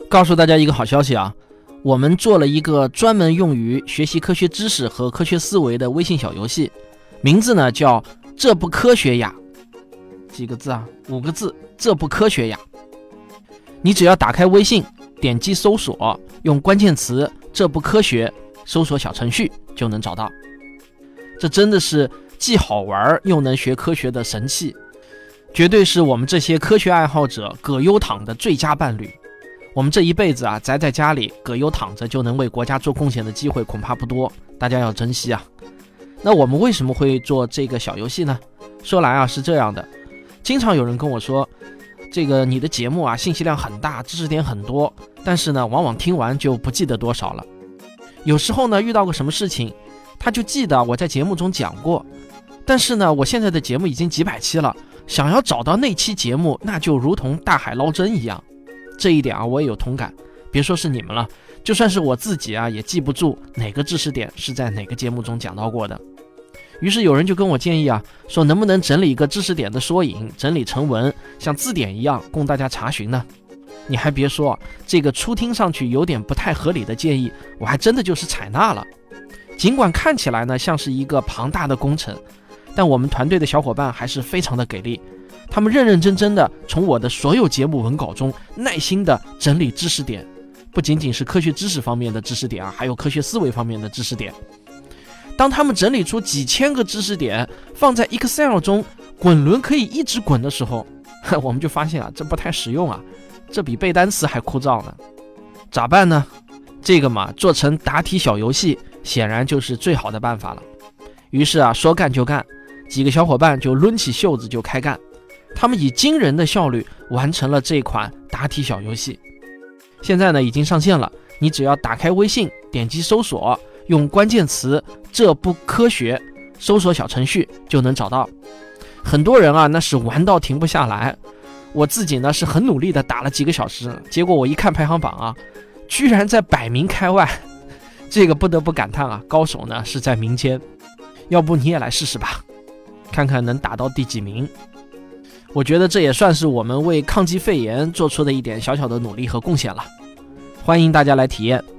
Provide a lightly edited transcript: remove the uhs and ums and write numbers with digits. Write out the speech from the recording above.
告诉大家一个好消息啊，我们做了一个专门用于学习科学知识和科学思维的微信小游戏，名字呢叫这不科学呀。几个字啊？5个字，这不科学呀。你只要打开微信，点击搜索，用关键词这不科学搜索小程序就能找到。这真的是既好玩又能学科学的神器，绝对是我们这些科学爱好者葛优躺的最佳伴侣。我们这一辈子啊，宅在家里葛优躺着就能为国家做贡献的机会恐怕不多，大家要珍惜啊。那我们为什么会做这个小游戏呢？说来啊是这样的，经常有人跟我说，这个你的节目啊信息量很大，知识点很多，但是呢往往听完就不记得多少了。有时候呢遇到个什么事情，他就记得我在节目中讲过，但是呢我现在的节目已经几百期了，想要找到那期节目那就如同大海捞针一样。这一点啊我也有同感，别说是你们了，就算是我自己啊也记不住哪个知识点是在哪个节目中讲到过的。于是有人就跟我建议啊，说能不能整理一个知识点的缩影，整理成文，像字典一样供大家查询呢？你还别说，这个初听上去有点不太合理的建议，我还真的就是采纳了。尽管看起来呢像是一个庞大的工程，但我们团队的小伙伴还是非常的给力，他们认认真真的从我的所有节目文稿中耐心的整理知识点，不仅仅是科学知识方面的知识点啊，还有科学思维方面的知识点。当他们整理出几千个知识点放在 Excel 中，滚轮可以一直滚的时候，我们就发现啊，这不太实用啊，这比背单词还枯燥呢。咋办呢？这个嘛，做成答题小游戏显然就是最好的办法了。于是啊，说干就干，几个小伙伴就抡起袖子就开干，他们以惊人的效率完成了这款答题小游戏。现在呢已经上线了，你只要打开微信，点击搜索，用关键词这不科学搜索小程序就能找到。很多人啊那是玩到停不下来，我自己呢是很努力的打了几个小时，结果我一看排行榜啊，居然在100名开外，这个不得不感叹啊，高手呢是在民间。要不你也来试试吧，看看能打到第几名。我觉得这也算是我们为抗击肺炎做出的一点小小的努力和贡献了，欢迎大家来体验。